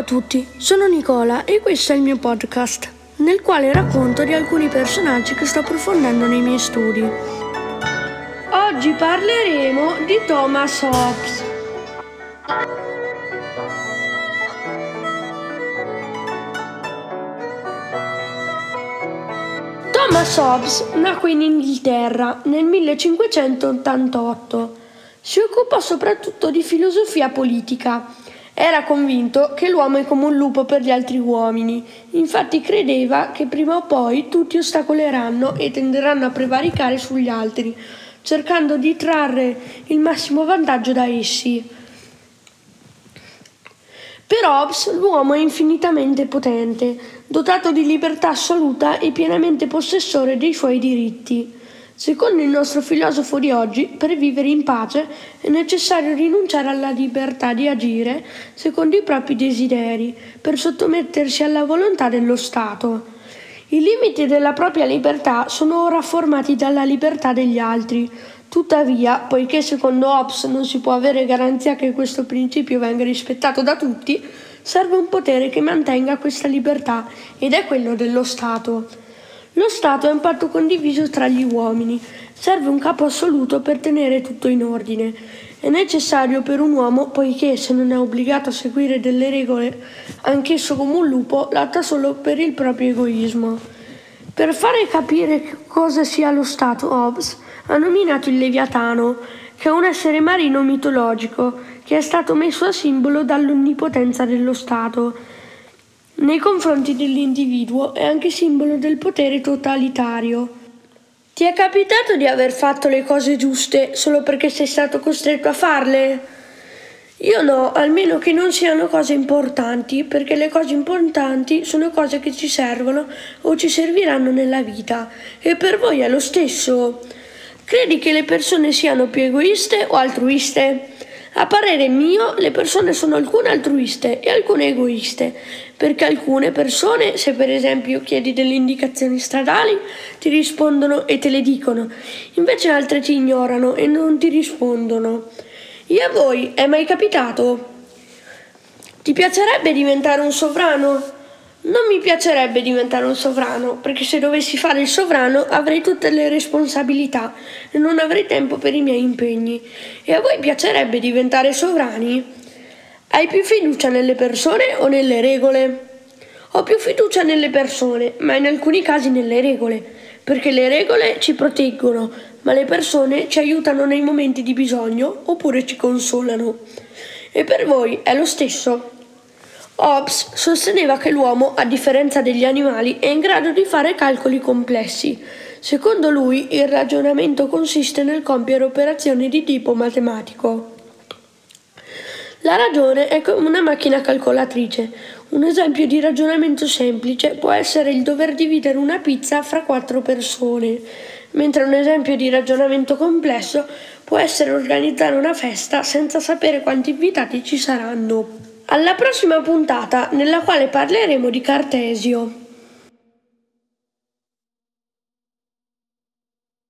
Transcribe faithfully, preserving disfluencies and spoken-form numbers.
tutti, sono Nicola e questo è il mio podcast, nel quale racconto di alcuni personaggi che sto approfondendo nei miei studi. Oggi parleremo di Thomas Hobbes. Thomas Hobbes nacque in Inghilterra nel millecinquecentottantotto. Si occupò soprattutto di filosofia politica. Era convinto che l'uomo è come un lupo per gli altri uomini, infatti credeva che prima o poi tutti ostacoleranno e tenderanno a prevaricare sugli altri, cercando di trarre il massimo vantaggio da essi. Per Hobbes l'uomo è infinitamente potente, dotato di libertà assoluta e pienamente possessore dei suoi diritti. Secondo il nostro filosofo di oggi, per vivere in pace è necessario rinunciare alla libertà di agire secondo i propri desideri, per sottomettersi alla volontà dello Stato. I limiti della propria libertà sono ora formati dalla libertà degli altri. Tuttavia, poiché secondo Hobbes non si può avere garanzia che questo principio venga rispettato da tutti, serve un potere che mantenga questa libertà, ed è quello dello Stato. Lo Stato è un patto condiviso tra gli uomini. Serve un capo assoluto per tenere tutto in ordine. È necessario per un uomo, poiché se non è obbligato a seguire delle regole, anch'esso come un lupo lotta solo per il proprio egoismo. Per fare capire cosa sia lo Stato, Hobbes ha nominato il Leviatano, che è un essere marino mitologico che è stato messo a simbolo dall'onnipotenza dello Stato. Nei confronti dell'individuo è anche simbolo del potere totalitario. Ti è capitato di aver fatto le cose giuste solo perché sei stato costretto a farle? Io no, almeno che non siano cose importanti, perché le cose importanti sono cose che ci servono o ci serviranno nella vita. E per voi è lo stesso? Credi che le persone siano più egoiste o altruiste? A parere mio, le persone sono alcune altruiste e alcune egoiste, perché alcune persone, se per esempio chiedi delle indicazioni stradali, ti rispondono e te le dicono, invece altre ti ignorano e non ti rispondono. E a voi è mai capitato? Ti piacerebbe diventare un sovrano? Non mi piacerebbe diventare un sovrano, perché se dovessi fare il sovrano avrei tutte le responsabilità e non avrei tempo per i miei impegni. E a voi piacerebbe diventare sovrani? Hai più fiducia nelle persone o nelle regole? Ho più fiducia nelle persone, ma in alcuni casi nelle regole, perché le regole ci proteggono, ma le persone ci aiutano nei momenti di bisogno oppure ci consolano. E per voi è lo stesso? Hobbes sosteneva che l'uomo, a differenza degli animali, è in grado di fare calcoli complessi. Secondo lui, il ragionamento consiste nel compiere operazioni di tipo matematico. La ragione è come una macchina calcolatrice. Un esempio di ragionamento semplice può essere il dover dividere una pizza fra quattro persone, mentre un esempio di ragionamento complesso può essere organizzare una festa senza sapere quanti invitati ci saranno. Alla prossima puntata, nella quale parleremo di Cartesio.